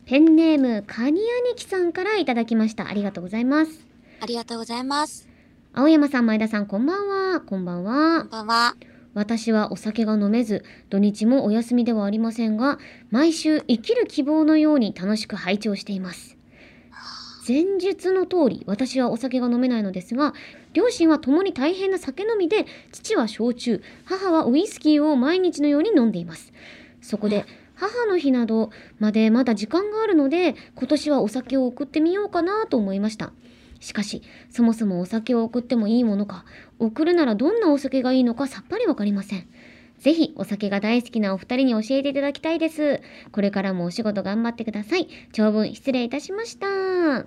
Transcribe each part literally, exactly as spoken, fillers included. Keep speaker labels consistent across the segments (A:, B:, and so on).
A: ペンネームカニ兄貴さんからいただきました。ありがとうございます。
B: ありがとうございます。
A: 青山さん、前田さん、こんばんは。こんばんは。
B: こんばんは。
A: 私はお酒が飲めず、土日もお休みではありませんが、毎週生きる希望のように楽しく拝聴しています。前述の通り、私はお酒が飲めないのですが、両親は共に大変な酒飲みで、父は焼酎、母はウイスキーを毎日のように飲んでいます。そこで、母の日などまでまだ時間があるので、今年はお酒を送ってみようかなと思いました。しかし、そもそもお酒を送ってもいいものか、送るならどんなお酒がいいのかさっぱりわかりません。ぜひお酒が大好きなお二人に教えていただきたいです。これからもお仕事頑張ってください。長文失礼いたしました。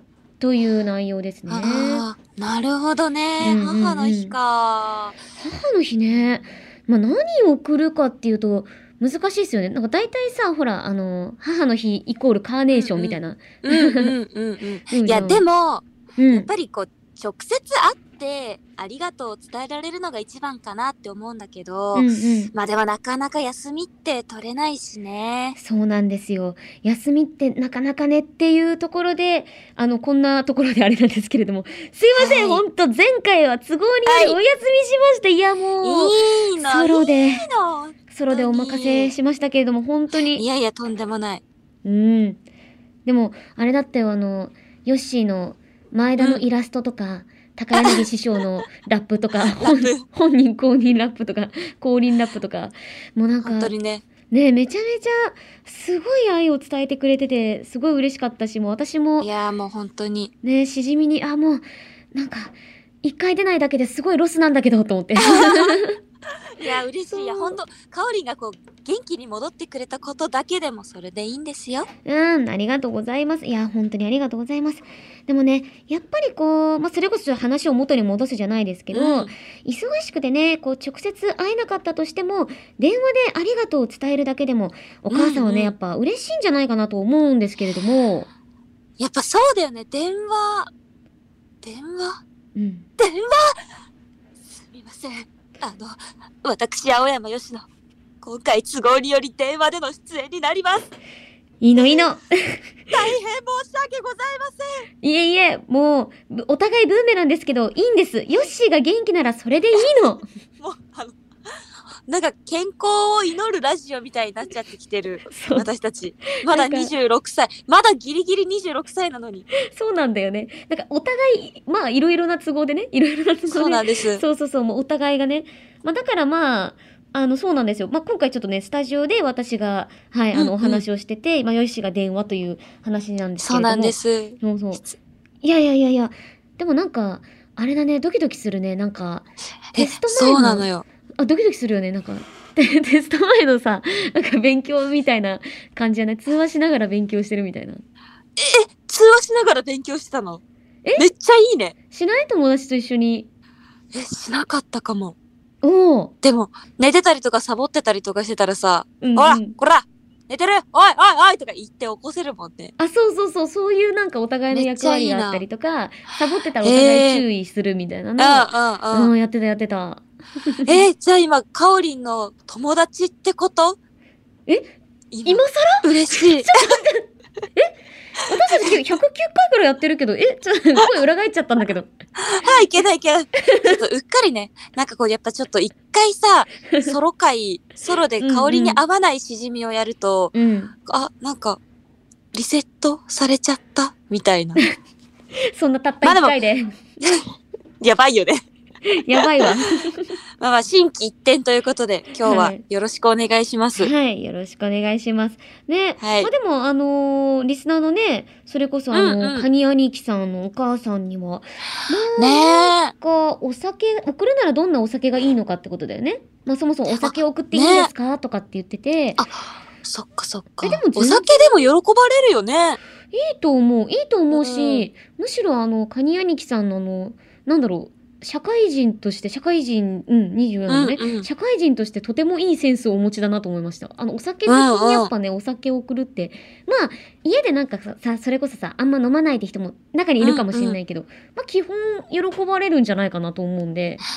A: という内容ですね。
B: ああ、なるほどね。
A: うんうんうん、
B: 母の日か。
A: 母の日ね。まあ何を送るかっていうと、難しいですよね。なんか大体さ、ほら、あの、母の日イコールカーネーションみたいな。
B: うんうんうんうんうん。いや、でも、うん、やっぱりこう、直接会ってありがとうを伝えられるのが一番かなって思うんだけど、うんうん、まあでもなかなか休みって取れないしね。
A: そうなんですよ。休みってなかなかねっていうところで、あの、こんなところであれなんですけれども、すいません、はい、ほんと前回は都合によりお休みしました。はい、いやもう、
B: いいの
A: ソロで。
B: いいの
A: ソロでお任せしましたけれども、本当に。
B: いやいや、とんでもない。
A: うん。でも、あれだったよ、あの、ヨッシーの前田のイラストとか、うん、高柳師匠のラップとか、本, 本人公認ラップとか、公認ラップとか、もうなんか、
B: 本当にね。
A: ねめちゃめちゃ、すごい愛を伝えてくれてて、すごい嬉しかったし、もう私も、
B: いやもう本当に。
A: ねしじみに、あ、もう、なんか、一回出ないだけですごいロスなんだけど、と思って。
B: いや嬉しい。いやほんとかおりんがこう元気に戻ってくれたことだけでもそれでいいんですよ。
A: うんありがとうございます。いや本当にありがとうございます。でもねやっぱりこう、まあ、それこそ話を元に戻すじゃないですけど、うん、忙しくてねこう直接会えなかったとしても電話でありがとうを伝えるだけでもお母さんはね、うんうん、やっぱ嬉しいんじゃないかなと思うんですけれども、
B: やっぱそうだよね。電話電話、うん、電話すみません。あの、私、青山佳乃、今回都合により電話での出演になります。
A: いいのいいの。大変申
B: し訳ございません。
A: いえいえ、もう、お互いブーメランですけど、いいんです。ヨッシーが元気ならそれでいいの。
B: もう、あの、なんか健康を祈るラジオみたいになっちゃってきてる私たち。まだにじゅうろくさい。まだギリギリにじゅうろくさいなのに。
A: そうなんだよね。なんかお互い、まあいろいろな都合でね。いろいろな都合で。
B: そうなんです。
A: そうそうそう。もうお互いがね。まあだからまあ、あの、そうなんですよ。まあ今回ちょっとね、スタジオで私が、はい、あの、お話をしてて、うんうん、まあヨッシーが電話という話なんですけれども。
B: そうなんです。
A: そうそう。いやいやいやいや。でもなんか、あれだね、ドキドキするね。なんか、
B: テスト前の。そうなのよ。
A: あ、ドキドキするよね。なんか。テスト前のさ、なんか勉強みたいな感じじゃない？通話しながら勉強してるみたいな。
B: え、通話しながら勉強してたの？え？めっちゃいいね。
A: しない？友達と一緒に。
B: え、しなかったかも。
A: おお。
B: でも、寝てたりとかサボってたりとかしてたらさ、うんうん、ほら、こら寝てるおいおいおいとか言って起こせるもんね。
A: あ、そうそうそう、そういうなんかお互いの役割があったりとか、サボってたらお互い注意するみたいなの。
B: えー、うんうんうん。
A: うん、やってたやってた。
B: えー、じゃあ今、かおりんの友達ってこと？
A: え今更？
B: 嬉しい。
A: ちょっと待って。え私たちひゃくきゅうかいくらいやってるけど、えちょっと声裏返っちゃったんだけど。
B: はい、いけないいけない。ちょっとうっかりね、なんかこうやっぱちょっと一回さ、ソロ回、ソロで香りに合わないしじみをやると、うんうん、あ、なんか、リセットされちゃった、みたいな。
A: そんなたった一回で。
B: まあ、やばいよね。
A: やばいわ。
B: まあまあ、心機一転ということで、今日はよろしくお願いします。
A: はい、はい、よろしくお願いします。ね、はい、まあでも、あのー、リスナーのね、それこそあの、うんうん、カニ兄貴さんのお母さんには、ねえ。なんか、お酒、送るならどんなお酒がいいのかってことだよね。まあそもそもお酒を送っていいですか、ね、とかって言ってて。
B: あ、そっかそっか。え、でもお酒でも喜ばれるよね。
A: いいと思う、いいと思うし、うん、むしろあの、カニ兄貴さんのあの、なんだろう、社会人として、社会人、うん、にじゅうよんのね、うんうん、社会人としてとてもいいセンスをお持ちだなと思いました。あの、お酒好きにやっぱね、うんうん、お酒を送るって、まあ、家でなんかさ、それこそさ、あんま飲まないって人も中にいるかもしれないけど、うんうん、まあ、基本喜ばれるんじゃないかなと思うんで。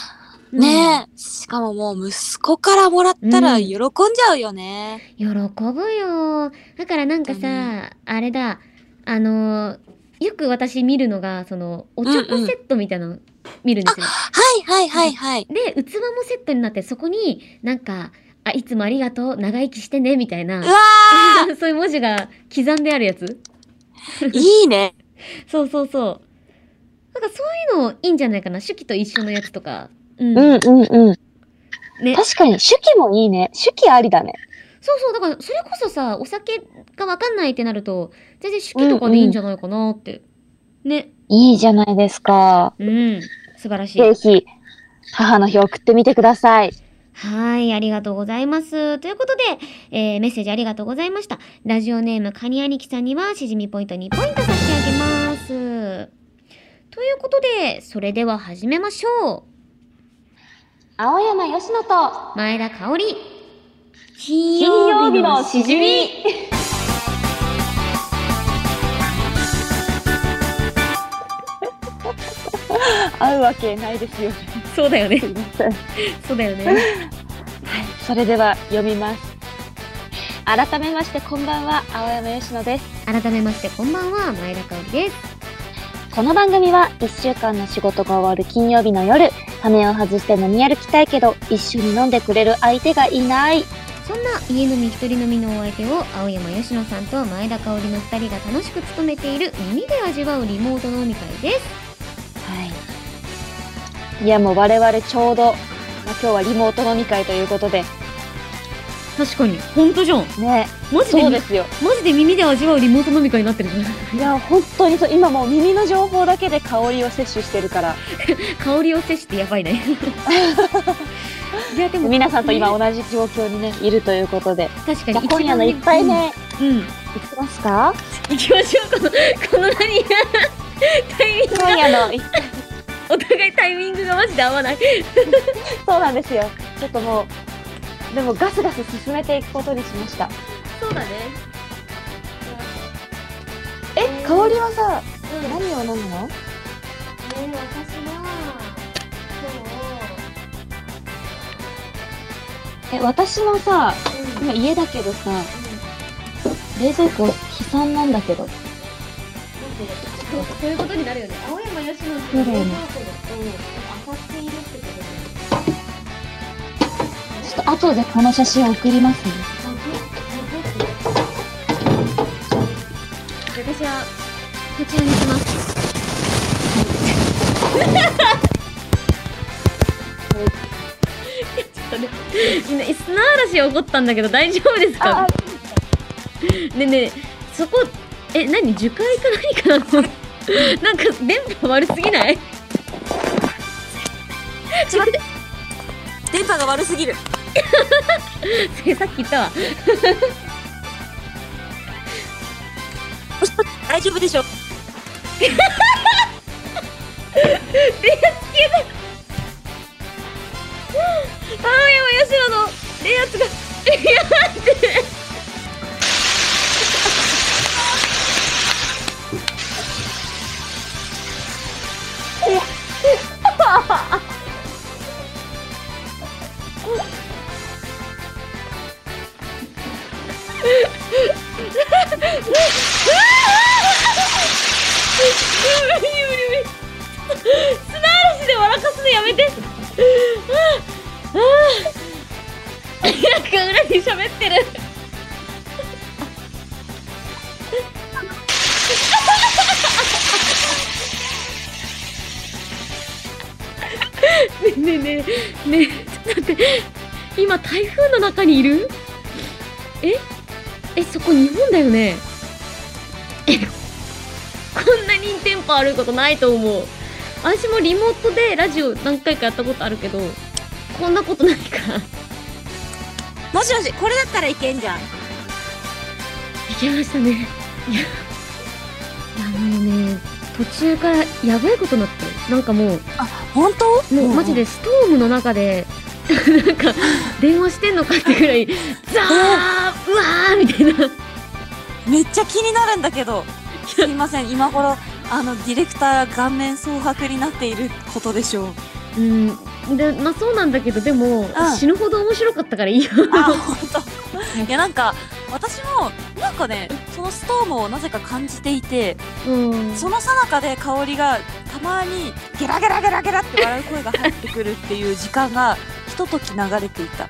B: ねえ、しかももう息子からもらったら喜んじゃうよね。
A: 喜ぶよ。だからなんかさ、あれだ、あの、よく私見るのが、その、おちょこセットみたいなの見るんですよ。
B: はいはいはいはい。
A: で、器もセットになって、そこになんか、あ、いつもありがとう、長生きしてね、みたいな。
B: うわー
A: そういう文字が刻んであるやつ。
B: いいね。
A: そうそうそう。なんかそういうのいいんじゃないかな。手記と一緒のやつとか。
C: うん、うんうんうん。ね。確かに、手記もいいね。手記ありだね。
A: そうそう。だから、それこそさ、お酒がわかんないってなると、全然手記とかでいいんじゃないかなって。うんうん、ね。い
C: いいじゃないですか。
A: うん。素晴らしい。
C: ぜひ、母の日送ってみてください。
A: はい、ありがとうございます。ということで、えー、メッセージありがとうございました。ラジオネームカニ兄貴さんにはしじみポイントにポイント差し上げます。ということで、それでは始めましょう。
C: 青山よしのと
A: 前田香織、
C: 金曜日のしじみ。合うわけないですよね。
A: そうだよね。そうだよね。はい、
C: それでは読みます。改めましてこんばんは、青山よしのです。
A: 改めましてこんばんは、前田香織です。
C: この番組はいっしゅうかんの仕事が終わる金曜日の夜、羽目を外して飲み歩きたいけど一緒に飲んでくれる相手がいない、
A: そんな家飲み一人飲みのお相手を青山よしのさんと前田香織のふたりが楽しく務めている耳で味わうリモート飲み会です。
C: いやもう我々ちょうど、まあ、今日はリモート飲み会ということで。
A: 確かに本当じゃん
C: ね。
A: マジで
C: そうですよ。
A: マジで耳で味わうリモート飲み会になってるじゃん。
C: いや本当にそう。今もう耳の情報だけで香りを摂取してるから
A: 香りを摂取ってやばいね。
C: いやでも皆さんと今同じ状況にねいるということで、
A: 確かに
C: 今夜の一杯目、
A: うん、うん、
C: いきますか。
A: いきましょう。このこの何タイミングが
C: 今夜の一杯
A: お互いタイミングがマジで合わない。
C: そうなんですよ。ちょっともうでもガスガス進めていくことにしました。
A: そうだね。
C: え、えー、香りはさ、うん、何を飲むの？えー、私はそう。え、私のさ、うん、今家だけどさ、うん、冷蔵庫悲惨なんだけど。
A: そういうことになるよね。青山よしの冷蔵庫だと当たっているってことで。
C: ちょっと後でこの写真送りますね。
A: 私はこちらにします。ちょっとね、ね、砂嵐起こったんだけど大丈夫ですか？ねえねえ、そこえ何樹海か何かなの？なんか電波悪すぎない？
B: ちょっと待って、電波が悪すぎる。
A: それさっき言ったわ。
B: 大丈夫でしょ。
A: 電圧消えた。青山よしのの電圧がいや待って。砂嵐で笑かすのやめて。なんか裏に喋ってる。ねえねえねえねえ、ちょっと待って、今台風の中にいる？ええ、そこ日本だよね。え、こんなに電波悪いことないと思う。私もリモートでラジオ何回かやったことあるけど、こんなことないから。
B: もしもし、これだったらいけんじゃん。い
A: けましたね。いや、いやもうね、途中からやばいことになって、なんかもう、
B: あ、本当？
A: もうマジでストームの中でなんか電話してんのかってぐらいザー、うわーみたいな。
B: めっちゃ気になるんだけど、すいません、今頃あのディレクターが顔面蒼白になっていることでしょう。
A: うん、 でまあそうなんだけど、でも、うん、死ぬほど面白かったからいいよ。
B: あ、ほんと。いやなんか私もなんかねそのストームをなぜか感じていて、うん、その最中で香りがたまにゲラゲラゲラゲラって笑う声が入ってくるっていう時間がひととき流れていた。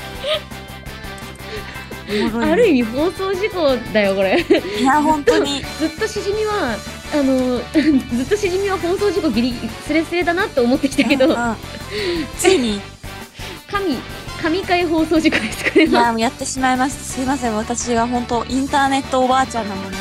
A: ある意味放送事故だよこれ。
B: いや本当に
A: ずっとしじみはあのずっとしじみは放送事故ギリスレスレだなって思ってきたけど、うんうん、
B: ついに
A: 神神回放送事故ですこれは。
B: いやもうやってしまいました。すいません、私が本当インターネットおばあちゃんなもので。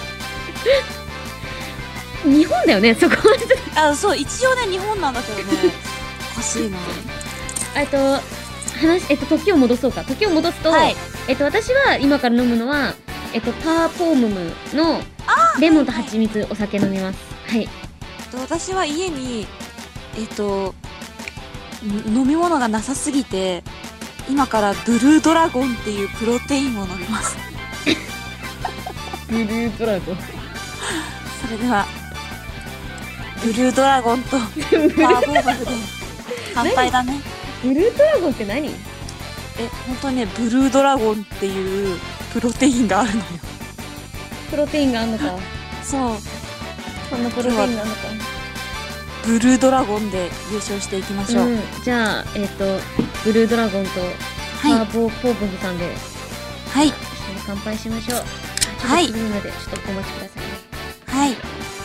A: 日本だよねそこ
B: は。あ、そう一応ね日本なんだけどね。おかしいな。
A: えっと話えっと時を戻そうか。時を戻すと、はい、えっと私は今から飲むのはえっとパーポームムのレモンと蜂蜜お酒飲みます。はい。
B: 私は家にえっと飲み物がなさすぎて今からブルードラゴンっていうプロテインを飲みます。
A: ブルードラゴン。
B: それではブルードラゴンとパーボーバルで乾杯だね。
A: ブルードラゴンって何？
B: え、本当にねブルードラゴンっていうプロテインがあるのよ。
A: プロテインがあるのか。
B: そう。
A: そんなプロテインがあるのか。
B: ブルードラゴンで優勝していきましょう。うん、
A: じゃあえっとブルードラゴンとパーボーポーブンさんで、
B: はい。一緒
A: に乾杯しましょう。
B: はい。
A: ちょっとのでちょっとお待ちくださいね。
B: はい。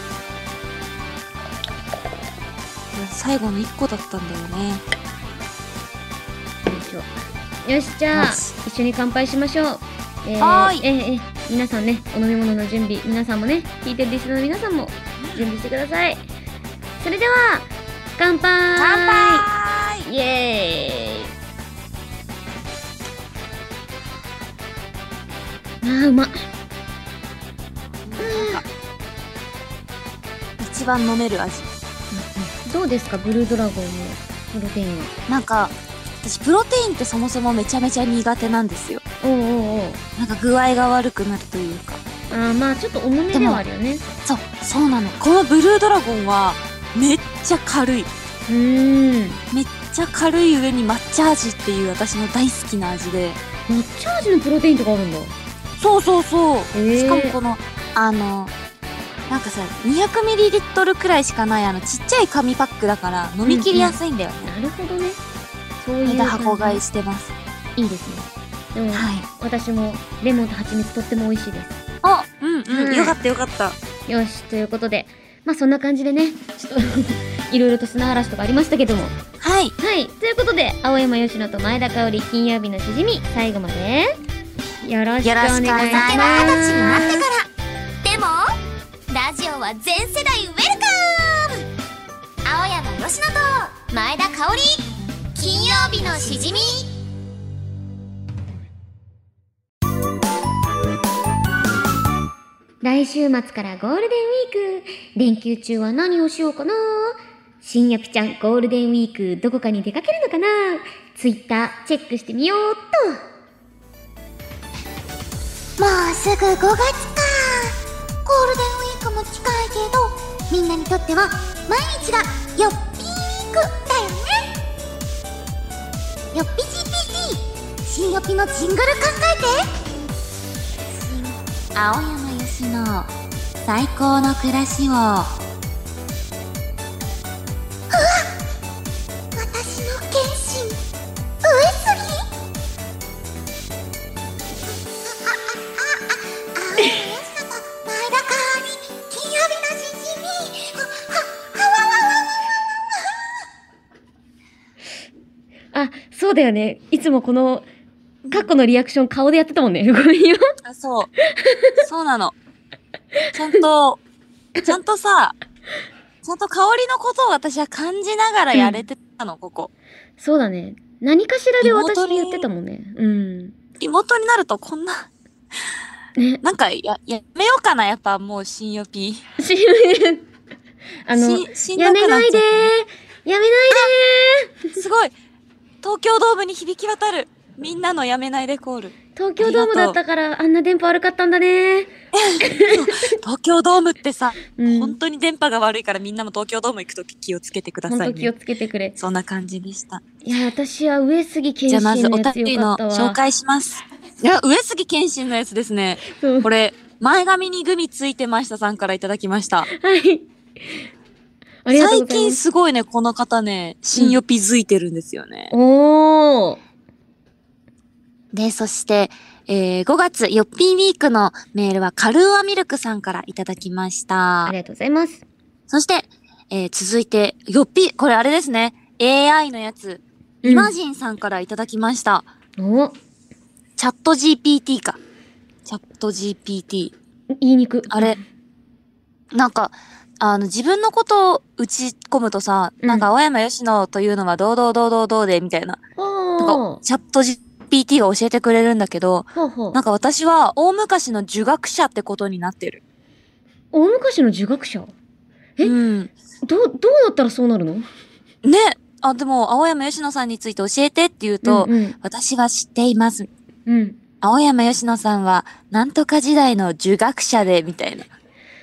B: 最後のいっこだったんだよね。よ
A: いしょ。よし、じゃあ一緒に乾杯しましょう。えー、
B: はーい。
A: えー、えー、皆さんね、お飲み物の準備、皆さんもね、聞いてるリスナーの皆さんも準備してください。それでは乾杯。
B: 乾杯。
A: イエーイ。あーうまっ。
B: 一番飲める味。
A: どうですかブルードラゴンのプロテインは。
B: なんか私プロテインってそもそもめちゃめちゃ苦手なんですよ。
A: おうおうおう。
B: なんか具合が悪くなるというか。
A: あーまあちょっと重めではあるよね。
B: そうそうなの。このブルードラゴンはめっちゃ軽い。う
A: ーん。
B: めっちゃ軽い上に抹茶味っていう私の大好きな味で。
A: 抹茶味のプロテインとかあるんだ。
B: そうそうそう。
A: えー、
B: しかもこのあのなんかさ にひゃくミリリットル くらいしかないあのちっちゃい紙パックだから飲み切りやすいんだよね。
A: うんうん、なるほどね。そういう
B: 箱買いしてます。
A: いいですね。でも、はい、私もレモンと蜂蜜とっても美味しいです。
B: あ、うんうん、はい、よかったよかった。
A: よし、ということでまあそんな感じでねちょっといろいろと砂嵐とかありましたけども、
B: はい
A: はいということで青山佳乃と前田香織金曜日のしじみ最後までよろしくお願いします。
D: お酒は二十歳になってからでもラジオは全世代ウェルカム。青山佳乃と前田香織金曜日のしじみ。
A: 来週末からゴールデンウィーク。連休中は何をしようかな。深夜ぴちゃんゴールデンウィークどこかに出かけるのかな。ツイッターチェックしてみようっ
D: と。もうすぐごがつか。ゴールデンウィークも近いけどみんなにとっては毎日がよっぴーくだよね。よっぴ ジーピーティー 新よぴのジングル考えて。新青山佳乃最高の暮らしを。うわ私の原神上杉。
A: あ、そうだよね。いつもこのカッコのリアクション顔でやってたもんね。ごめんよ。
B: あ、そう。そうなの。ちゃんと、ちゃんとさ、ちゃんと香りのことを私は感じながらやれてたの、うん、ここ。
A: そうだね。何かしらで私に言ってたもんね。うん。
B: 妹になるとこんな、ね、なんかや、やめようかな、やっぱもう新予備。
A: 新予あの、やめないでーやめないでー
B: すごい東京ドームに響き渡るみんなのやめないでコール。
A: 東京ドームだったからあんな電波悪かったんだね。
B: 東京ドームってさ、
A: うん、
B: 本当に電波が悪いからみんなも東京ドーム行くとき気をつけてくださいね。
A: 本当気をつけてくれ。
B: そんな感じでした。
A: いや、私は上杉謙信のやつよかったわ。
B: じゃあまずお便りの紹介します。いや、上杉謙信のやつですね。これ、前髪にグミついてましたさんからいただきました。
A: はい。ありがとうございます。
B: 最近すごいね、この方ね、新予備づいてるんですよね。
A: うん、おー。
B: で、そして、えー、ごがつ、ヨッピーウィークのメールはカルーアミルクさんからいただきました。
A: ありがとうございます。
B: そして、えー、続いて、ヨッピー、これあれですね、エーアイ のやつ、うん、イマジンさんからいただきました。
A: お
B: チャット ジーピーティー か。チャット ジーピーティー。
A: 言いにく。
B: あれ、なんか、あの、自分のことを打ち込むとさ、うん、なんか、青山吉野というのは、どうどうどうどうどうで、みたいな。なんか、チャット ジーピーティー が教えてくれるんだけど、
A: ほうほう、
B: なんか私は、大昔の儒学者ってことになってる。
A: 大昔の儒学者？え、うん、ど、どうだったらそうなるの？
B: ね。あ、でも、青山吉野さんについて教えてって言うと、うんうん、私は知っています。
A: うん。
B: 青山吉野さんは、なんとか時代の儒学者で、みたいな。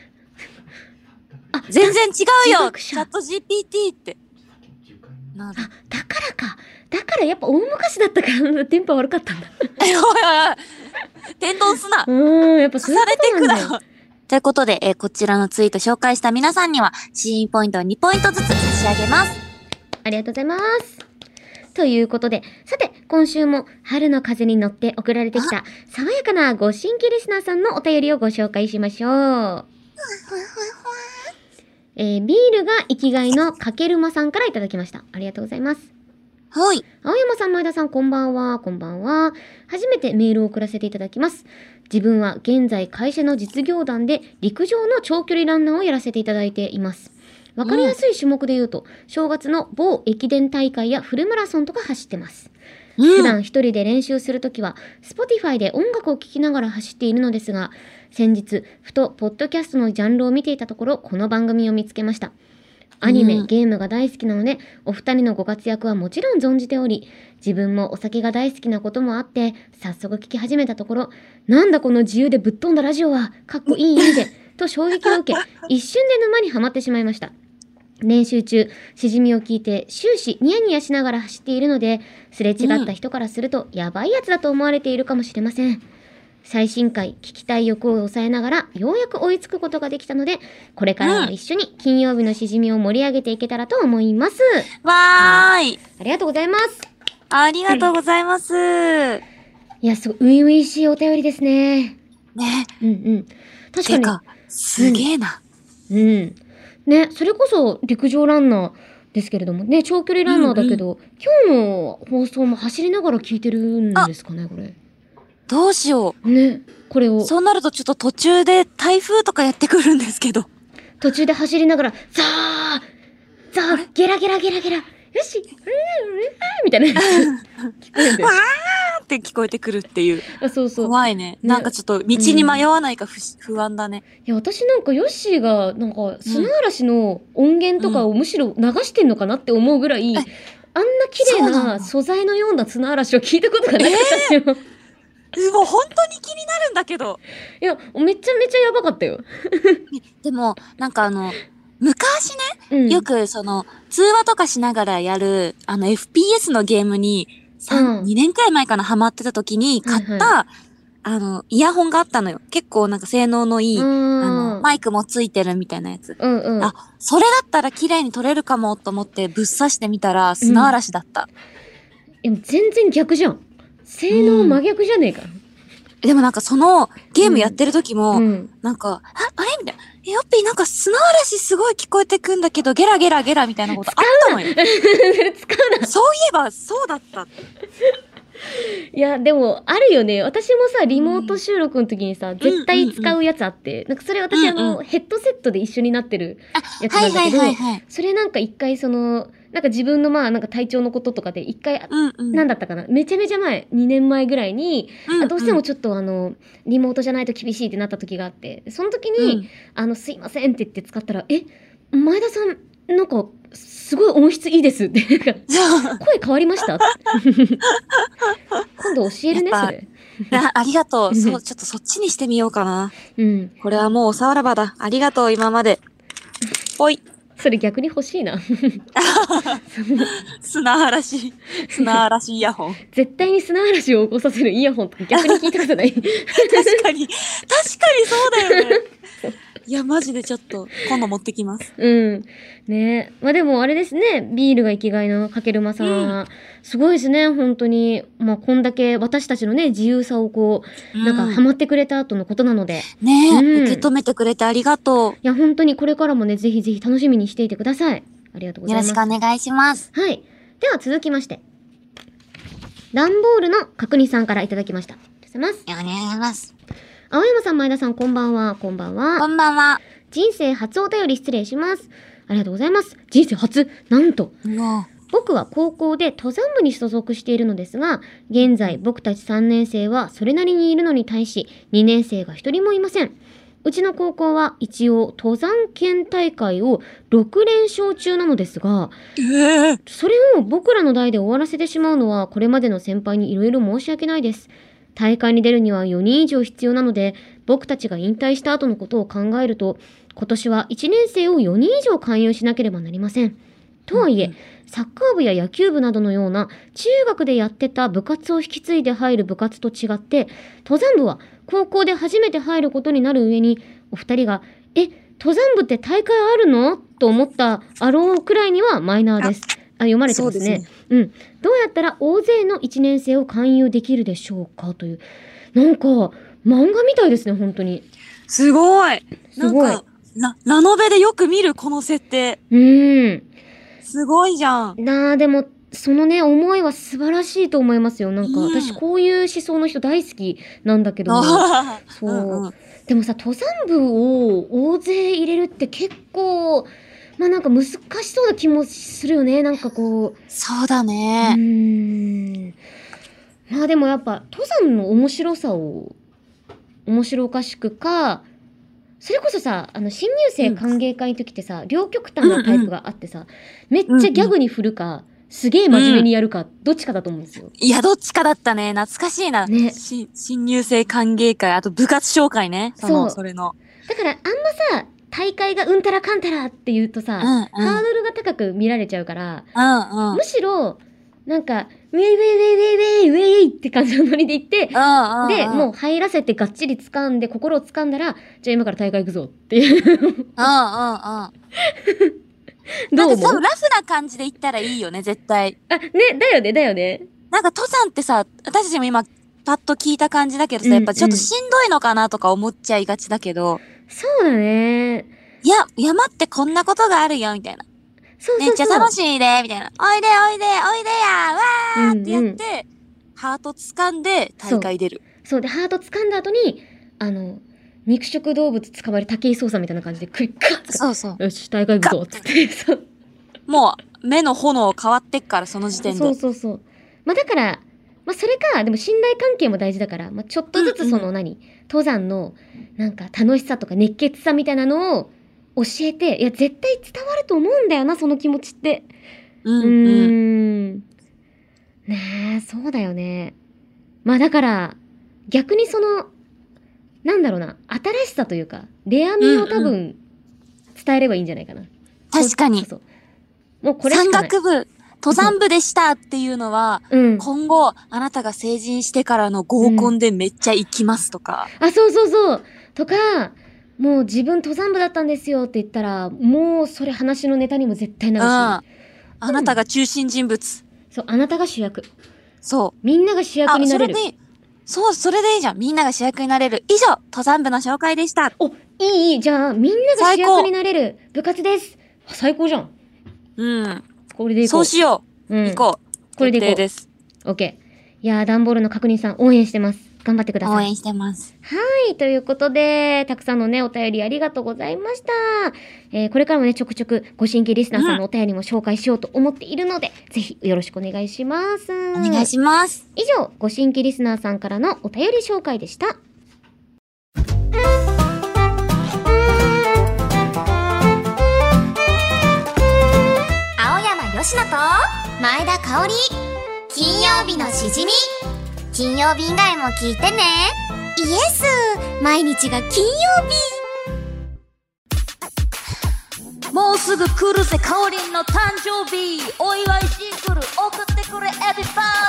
B: あ、全然違うよチャット ジーピーティー って。
A: なる。あ、だからか。だからやっぱ大昔だったから電波悪かったんだ。
B: おいおいおい。天丼すな。
A: うん、やっぱそういうことなんだよ。
B: されてくだ。ということで、えー、こちらのツイート紹介した皆さんには、シーンポイントをにポイントずつ差し上げます。
A: ありがとうございます。ということで、さて、今週も春の風に乗って送られてきた、爽やかなご新規リスナーさんのお便りをご紹介しましょう。えー、ビールが生きがいのかけるまさんからいただきました。ありがとうございます。
B: はい。
A: 青山さん、前田さん、こんばんは。こんばんは。初めてメールを送らせていただきます。自分は現在会社の実業団で陸上の長距離ランナーをやらせていただいています。わかりやすい種目で言うと、うん、正月の某駅伝大会やフルマラソンとか走ってます。うん、普段一人で練習するときは、Spotify で音楽を聴きながら走っているのですが、先日、ふとポッドキャストのジャンルを見ていたところ、この番組を見つけました。アニメ、うん、ゲームが大好きなので、お二人のご活躍はもちろん存じており、自分もお酒が大好きなこともあって、早速聞き始めたところ、なんだこの自由でぶっ飛んだラジオは、かっこいい意味で、と衝撃を受け、一瞬で沼にはまってしまいました。練習中、しじみを聞いて終始ニヤニヤしながら走っているので、すれ違った人からすると、やばいやつだと思われているかもしれません。最新回、聞きたい欲を抑えながら、ようやく追いつくことができたので、これからは一緒に金曜日のしじみを盛り上げていけたらと思います。
B: わーい。
A: ありがとうございます。
B: ありがとうございます。
A: いや、すごい、初々しいお便りですね。
B: ね。
A: うんうん。確かに。
B: てか、すげえな。
A: うん。うんね、それこそ陸上ランナーですけれどもね、長距離ランナーだけど、うんうん、今日の放送も走りながら聞いてるんですかね、これ。
B: どうしよう。
A: ね、これを。
B: そうなるとちょっと途中で台風とかやってくるんですけど。
A: 途中で走りながら、ザーザーゲラゲラゲラゲラよしうんうんみたいな。聞こえる。
B: わーって聞こえてくるっていう。
A: あ、そうそう。
B: 怖いね。ね、なんかちょっと道に迷わないか不、うん、不安だね。
A: いや、私なんかヨッシーが、なんか砂嵐の音源とかをむしろ流してんのかなって思うぐらい、うん、あんな綺麗な素材のような砂嵐を聞いたことがなかったよ。
B: えー、もう本当に気になるんだけど。
A: いや、めちゃめちゃやばかったよ。
B: でも、なんかあの、昔ね、うん、よくその、通話とかしながらやる、あの エフピーエス のゲームに、3、うん、にねんくらい前かなハマってた時に買った、はいはい、あの、イヤホンがあったのよ。結構なんか性能のいい、あの、マイクもついてるみたいなやつ。
A: うんうん、
B: あ、それだったら綺麗に撮れるかもと思ってぶっ刺してみたら砂嵐だった。
A: うん、全然逆じゃん。性能真逆じゃねえか。うん
B: でもなんかそのゲームやってる時も、うん、なんか、あ、あれみたいな。え、ヨッピーなんか砂嵐すごい聞こえてくんだけど、ゲラゲラゲラみたいなことあったのよ。
A: 使うな。
B: そういえばそうだった。
A: いや、でも、あるよね。私もさ、リモート収録の時にさ、うん、絶対使うやつあって、うんうんうん、なんかそれ私、うんうん、あの、ヘッドセットで一緒になってるやつなんだけど、はいはいはいはい、それなんか一回その、なんか自分のまあなんか体調のこととかで一回、うんうん、なんだったかなめちゃめちゃ前、にねんまえぐらいに、うんうん、あどうしてもちょっとあの、リモートじゃないと厳しいってなった時があって、その時に、うん、あの、すいませんって言って使ったら、え、前田さん、なんか、すごい音質いいですって。声変わりました今度教えるね、それ。
B: あ、ありがとう。そう、ちょっとそっちにしてみようかな。
A: うん。
B: これはもうおさらばだ。ありがとう、今まで。ほい。
A: それ逆に欲しいな。
B: 砂嵐。砂嵐イヤホン。
A: 絶対に砂嵐を起こさせるイヤホンとか逆に聞いたことない。
B: 確かに。確かにそうだよね。いや、マジでちょっと、今度持ってきます。
A: うん。ねまあでもあれですね、ビールが生きがいのかけるまさん、うん、すごいですね、本当に。まあこんだけ私たちのね、自由さをこう、うん、なんかハマってくれた後のことなので。
B: ねえ、うん、受け止めてくれてありがとう。
A: いや、本当にこれからもね、ぜひぜひ楽しみにしていてください。ありがとうございます。
B: よろしくお願いします。
A: はい。では続きまして、段ボールの角煮さんからいただきました。ありがとうございます。
B: お願いします。
A: 青山さん、前田さん、こんばんは。こんばんは。
B: こんばんは。
A: 人生初お便り失礼します。ありがとうございます。人生初なんと。
B: うわ。
A: 僕は高校で登山部に所属しているのですが、現在僕たちさんねん生はそれなりにいるのに対し、にねん生がひとりもいません。うちの高校は一応登山県大会をろく連勝中なのですが、
B: えー、
A: それを僕らの代で終わらせてしまうのはこれまでの先輩にいろいろ申し訳ないです。大会に出るにはよにん以上必要なので、僕たちが引退した後のことを考えると、今年はいちねん生をよにん以上勧誘しなければなりません。とはいえ、サッカー部や野球部などのような中学でやってた部活を引き継いで入る部活と違って、登山部は高校で初めて入ることになる上に、お二人が、え、登山部って大会あるのと思ったあろうくらいにはマイナーです。あ、読まれてますね。そうですね。うん。どうやったら大勢のいちねん生を勧誘できるでしょうかという。なんか、漫画みたいですね、本当に。
B: すごい。
A: すごい。
B: なんかラ、ラノベでよく見る、この設定。
A: うーん。
B: すごいじゃん。
A: なあ、でも、そのね、思いは素晴らしいと思いますよ。なんか、うん、私こういう思想の人大好きなんだけども。そう、うんうん。でもさ、登山部を大勢入れるって結構、まあなんか難しそうな気もするよね。なんかこう。
B: そうだね。
A: うーん。まあでもやっぱ、登山の面白さを、面白おかしくか、それこそさ、あの、新入生歓迎会の時ってさ、うん、両極端なタイプがあってさ、うんうん、めっちゃギャグに振るか、うんうん、すげえ真面目にやるか、うん、どっちかだと思うんですよ。
B: いや、どっちかだったね。懐かしいな。ね。し新入生歓迎会、あと部活紹介ね。その、そう。それの。
A: だから、あんまさ、大会がうんたらかんたらって言うとさ、うんうん、ハードルが高く見られちゃうから、
B: うんうん、
A: むしろ、なんか、ウェイウェイウェイウェイウェイウェイって感じのノリで言って、
B: うんうん、
A: で、もう入らせてがっちり掴んで、心を掴んだら、じゃあ今から大会行くぞっていう。うんうんうん。どう
B: なんか多分ラフな感じで言ったらいいよね、絶対。
A: あ、ね、だよね、だよね。
B: なんか登山ってさ、私たちも今、パッと聞いた感じだけどさ、やっぱちょっとしんどいのかなとか思っちゃいがちだけど。
A: そうだね。
B: いや、山ってこんなことがあるよ、みたいな。
A: そうそうそう。
B: めっちゃ楽しいで、みたいな。おいでおいでおいでやわーってやって、うんうん、ハート掴んで大会出る。
A: そう。そうで、ハート掴んだ後に、あの、肉食動物捕まる武井壮さんみたいな感じでクリッカー
B: そうそう。
A: よし、大会行くぞって。そう。
B: もう、目の炎変わってっから、その時点で。
A: そうそうそう。まあだから、まあそれか、でも信頼関係も大事だから、まあちょっとずつその何、うんうん、登山の、なんか楽しさとか熱血さみたいなのを、教えて、いや、絶対伝わると思うんだよな、その気持ちって。
B: うん、うん。う
A: ーん。ねえ、そうだよね。まあだから、逆にその、なんだろうな、新しさというか、レア味を多分、伝えればいいんじゃないかな。うんうん、
B: 確かに。そうそう。
A: もうこれしかない。
B: 山岳部、登山部でしたっていうのは、うん、今後、あなたが成人してからの合コンでめっちゃ行きますとか。
A: うん、あ、そうそうそう。とか、もう自分登山部だったんですよって言ったら、もうそれ話のネタにも絶対なるし。
B: あ, あなたが中心人物、
A: うん。そう、あなたが主役。
B: そう。
A: みんなが主役になれる。
B: それで、そう、それでいいじゃん。みんなが主役になれる。以上、登山部の紹介でした。
A: お、いいいい。じゃあ、みんなが主役になれる部活です。最高じゃん。
B: うん。
A: これでいこう。
B: そうしよう。うん、行こう。
A: これでいこう。
B: 決定です。
A: オッケー。いやー、段ボールの確認さん、応援してます。頑張ってください。
B: 応援してます。
A: はい。ということで、たくさんのね、お便りありがとうございました。えー、これからもね、ちょくちょくご新規リスナーさんのお便りも紹介しようと思っているので、うん、ぜひよろしくお願いします。
B: お願いします。
A: 以上、ご新規リスナーさんからのお便り紹介でした。
D: 青山よしのと前田香織、金曜日のしじみ。 金曜日以外も聞いてね。イエス、毎日が金曜日。
E: もうすぐ来るぜかおりんの誕生日、お祝いシングル送ってくれエビバディ。 エムシ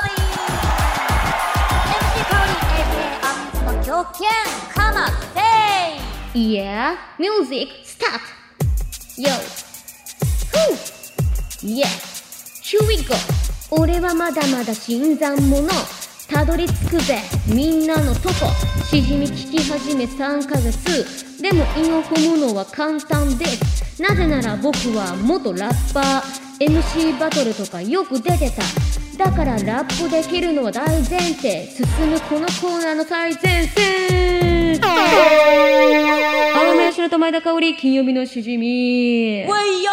E: ー かおりん エーケー アンツの狂犬かなって
A: Yeah, music start. Yo. Whew. Yeah. Here we go. 俺はまだまだ新参者。たどり着くぜみんなのとこ。しじみ聞き始めさんかげつ。でも韻を踏むのは簡単です。なぜなら僕は元ラッパー。 エムシー バトルとかよく出てた。だからラップできるのは大前提。進むこのコーナーの最前線。青山佳乃と前田香織、金曜日のしじみ。
B: わいよ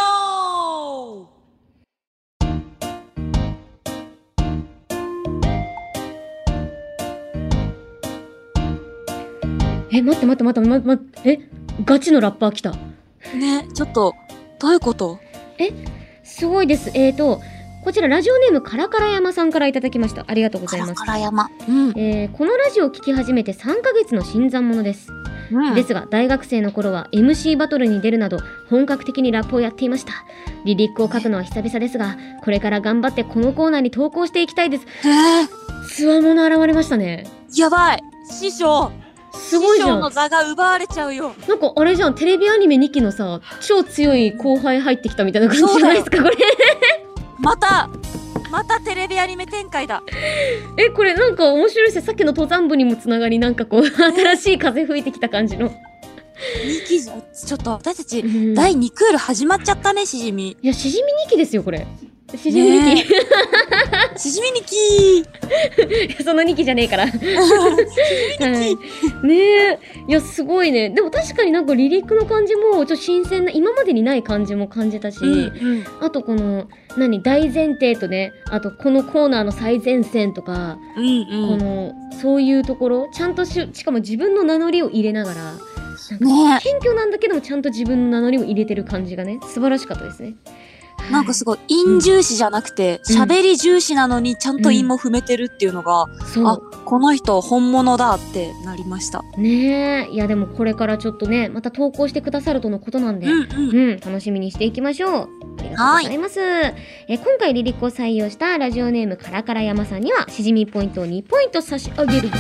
A: え、待って待って待って待って待って、え、ガチのラッパー来た。
B: ね、ちょっとどういうこと？
A: え、すごいです。えーとこちらラジオネームカラカラ山さんからいただきました。ありがとうございます。
B: カラカラ山、うん、
A: えー、このラジオを聞き始めてさんかげつの新参者です、うん、ですが大学生の頃は エムシー バトルに出るなど本格的にラップをやっていました。リリックを書くのは久々ですが、これから頑張ってこのコーナーに投稿していきたいです。
B: えー、
A: つわもの現れましたね。
B: やばい、師匠
A: すごいじゃん。師匠
B: の座が奪われちゃうよ。
A: なんかあれじゃん、テレビアニメにきのさ超強い後輩入ってきたみたいな感じじゃないですかこれ
B: またまたテレビアニメ展開だ。
A: え、これなんか面白いです。さっきの登山部にもつながり、なんかこう新しい風吹いてきた感じのに
B: きじゃ、ちょっと私たち、うん、だいにクール始まっちゃったね。しじみ、
A: いや、しじみにきですよこれ。しじみにき、ね、
B: しじみにき
A: そのにきじゃねえからしじみにき、はい、ねえ、いやすごいね。でも確かになんかリリックの感じもちょっと新鮮な、今までにない感じも感じたし、うんうん、あとこの何大前提とね、あとこのコーナーの最前線とか、うんうん、このそういうところちゃんと し, しかも自分の名乗りを入れながら、なんか謙虚なんだけどもちゃんと自分の名乗りを入れてる感じがね、素晴らしかったですね。
B: なんかすごい韻重視じゃなくて喋、うん、り重視なのにちゃんと韻も踏めてるっていうのが、うん、あ、この人本物だってなりました
A: ね。え、いやでもこれからちょっとねまた投稿してくださるとのことなんで、うんうんうん、楽しみにしていきましょう。ありがとうございます。え今回リリックを採用したラジオネームカラカラ山さんにはしじみポイントをにポイント差し上げるぜ。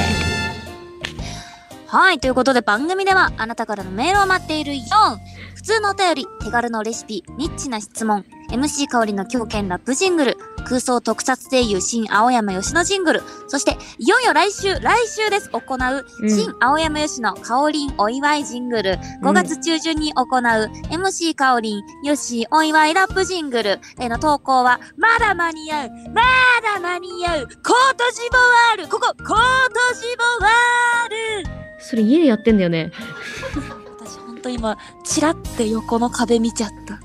E: はい、ということで番組ではあなたからのメールを待っているよ。普通のお便り、手軽のレシピ、ニッチな質問、エムシー 香りの狂犬ラップジングル、空想特撮声優新青山吉野ジングル、そしていよいよ来週、来週です、行う、うん、新青山吉野香りんお祝いジングル、ごがつ中旬に行う、うん、エムシー 香りんよしお祝いラップジングルへの投稿は、まだ間に合う、まだ間に合う、コートジボワール、ここ、コートジボワール。
A: それ家でやってんだよね。
B: 私ほんと今チラって横の壁見ちゃった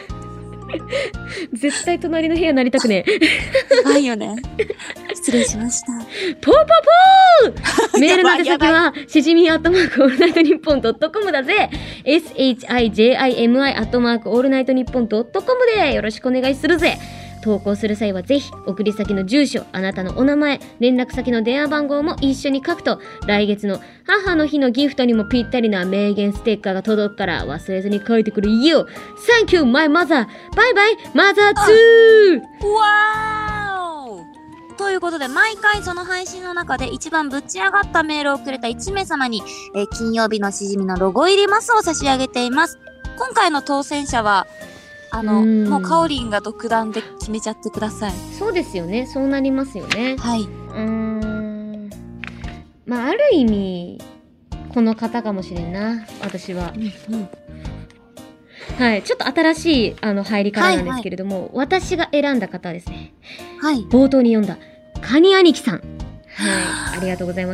A: 絶対隣の部屋なりたくねえ。
B: やばいよね。失礼しました。
A: ポーポーポーメールの宛先はしじみアットマークオールナイトニッポンドットコムだぜ。 エスエイチアイジェイアイエムアイ アットマークオールナイトニッポンドットコムでよろしくお願いするぜ。投稿する際はぜひ送り先の住所、あなたのお名前、連絡先の電話番号も一緒に書くと、来月の母の日のギフトにもぴったりな名言ステッカーが届くから忘れずに書いてくれよ。 Thank you my mother! バイバイ mother too!
E: わーおということで、毎回その配信の中で一番ぶち上がったメールをくれたいちめい様に、えー、金曜日のしじみのロゴ入りマスを差し上げています。今回の当選者はあの、うもうかおりんが独断で決めちゃってください。
A: そうですよね。そうなりますよね。
E: はい。
A: うーん。まあ、ある意味、この方かもしれんな。私は。うんうん、はい。ちょっと新しい、あの、入り方なんですけれども、はいはい、私が選んだ方ですね。
E: はい。
A: 冒頭に読んだ、カニ兄貴さん。はい。ありがとうございます。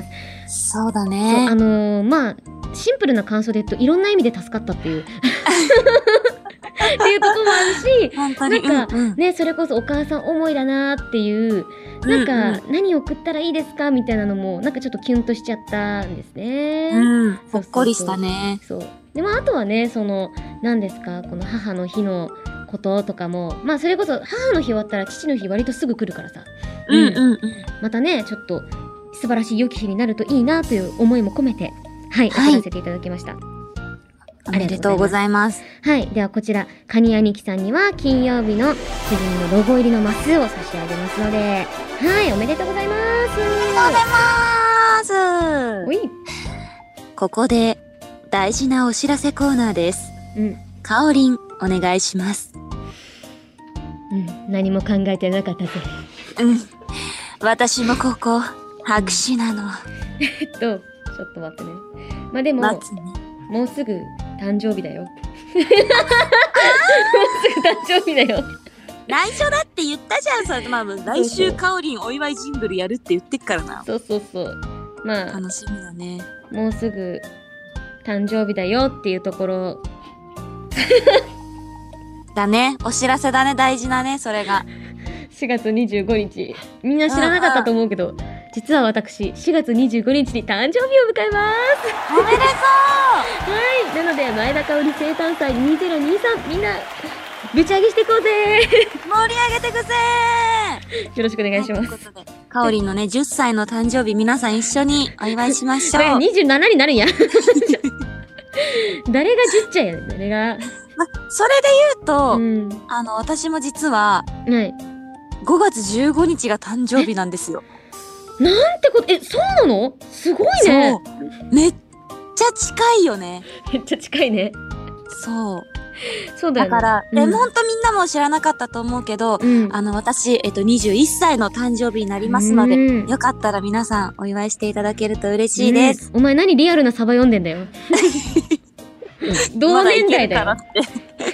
E: そうだね。
A: そう、あのー、まあ、シンプルな感想で言うと、いろんな意味で助かったっていう。っていうところもあるし、なんか、うんうん、ね、それこそお母さん思いだなーっていう、なんか、うんうん、何送ったらいいですかみたいなのも、なんかちょっとキュンとしちゃったんですね。
E: うん、ほっこりしたね。
A: そう。でも、あとはね、その、何ですか、この母の日のこととかも、まあ、それこそ母の日終わったら父の日割とすぐ来るからさ。
E: うんうんうん。
A: またね、ちょっと素晴らしい良き日になるといいなという思いも込めて、はい、
E: はい
A: 送らせていただきました。
E: おめでとうございます。
A: はい。ではこちら、カニ兄貴さんには金曜日のしじみのロゴ入りのマスを差し上げますので、はい、おめでとうございます。
E: おめでとうございます。
A: おい。
E: ここで大事なお知らせコーナーです。
A: うん。
E: かおりん、お願いします。
A: うん、何も考えてなかったぜ。
E: うん。私もここ、白紙なの。
A: えっと、ちょっと待ってね。まあでも、
E: 待つね。
A: もうすぐ誕生日だよ。もうすぐ誕生日だよ。
E: 内緒だって言ったじゃん、それ。まあ、来週かおりんお祝いジングルやるって言ってっからな。
A: そうそうそう。まあ、
E: 楽しみだね。
A: もうすぐ誕生日だよっていうところ。
E: だね。お知らせだね、大事なね、それが。
A: しがつにじゅうごにち。みんな知らなかったと思うけど、実は私、しがつにじゅうごにちに誕生日を迎えます。
E: おめでとう。
A: はい。なので、前田香織生誕祭にせんにじゅうさん、みんな、ぶち上げしていこうぜ。
E: 盛り上げてくぜ
A: よろしくお願いします。
E: ということで、かおりんのね、じゅっさいの誕生日、皆さん一緒にお祝いしましょう。
A: にじゅうななになるんや。誰がじゅっちゃいやねん、誰が。
E: ま、それで言うと、
A: うん。
E: あの、私も実は、
A: はい。
E: ごがつじゅうごにちが誕生日なんですよ。
A: なんてこと、え、そうなの？すごいね。
E: そう。めっちゃ近いよね。
A: めっちゃ近いね。
E: そう。
A: そうだよね。
E: だから、
A: うん、
E: え、ほんとみんなも知らなかったと思うけど、
A: うん、
E: あの、私、えっと、にじゅういっさいの誕生日になりますので、
A: うん、
E: よかったら皆さんお祝いしていただけると嬉しいです。
A: うん、お前何リアルなサバ読んでんだよ。同年代だよ。
E: まだいけるからって。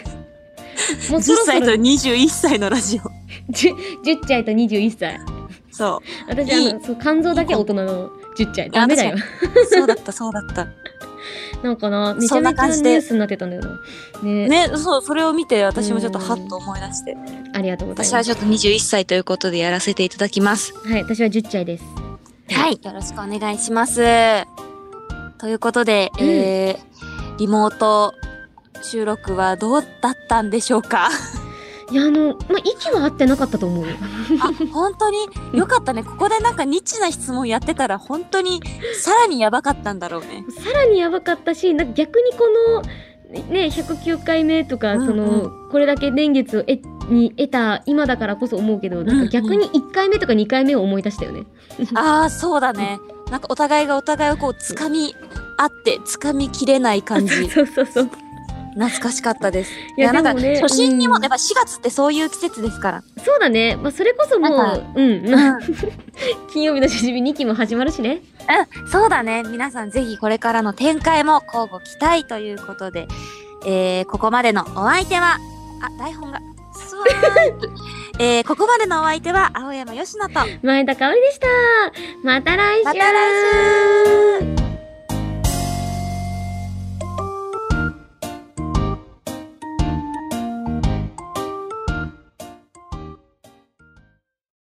A: もうそろそろ
E: じゅっさいとにじゅういっさいのラジオ。
A: じゅっちゃいとにじゅういっさい。
E: そう。
A: 私、
E: いい
A: あの、そう、肝臓だけ大人のじゅっちゃい。ダメだよ。
E: そうだった、そうだった。
A: なんかな、めちゃめちゃニュースになってたんだよな。ね。
E: ね、そう、それを見て私もちょっとハッと思い出して。
A: ありがとうございます。
E: 私はちょっとにじゅういっさいということでやらせていただきます。
A: はい、私はじゅっちゃいです。
E: はい、よろしくお願いします。ということで、うん、えー、リモート収録はどうだったんでしょうか？
A: いや、あの、まあ、息は合ってなかったと思うよ。
E: あ、本当によかったね。ここでなんかニッチな質問やってたら本当にさらにやばかったんだろうね。
A: さらにやばかったし、なんか逆にこの、ね、ひゃくきゅうかいめとか、うんうん、その、これだけ年月をえに得た今だからこそ思うけど、なんか逆にいっかいめとかにかいめを思い出したよね。
E: うんうん、ああ、そうだね。なんかお互いがお互いをこう掴み合って掴みきれない感じ。
A: そうそうそう。
E: 懐かしかったです。
A: いや、なんか、ね、
E: 初心にも、やっぱしがつってそういう季節ですから。
A: そうだね。まあ、それこそもう、うん、うん、金曜日のしじみにきも始まるしね。
E: うん、そうだね。皆さんぜひこれからの展開も交互期待ということで、えー、ここまでのお相手は、あ、台本が、スワープ。えー、ここまでのお相手は、青山よしのと、
A: 前田香織でした。また来週。
E: また来週。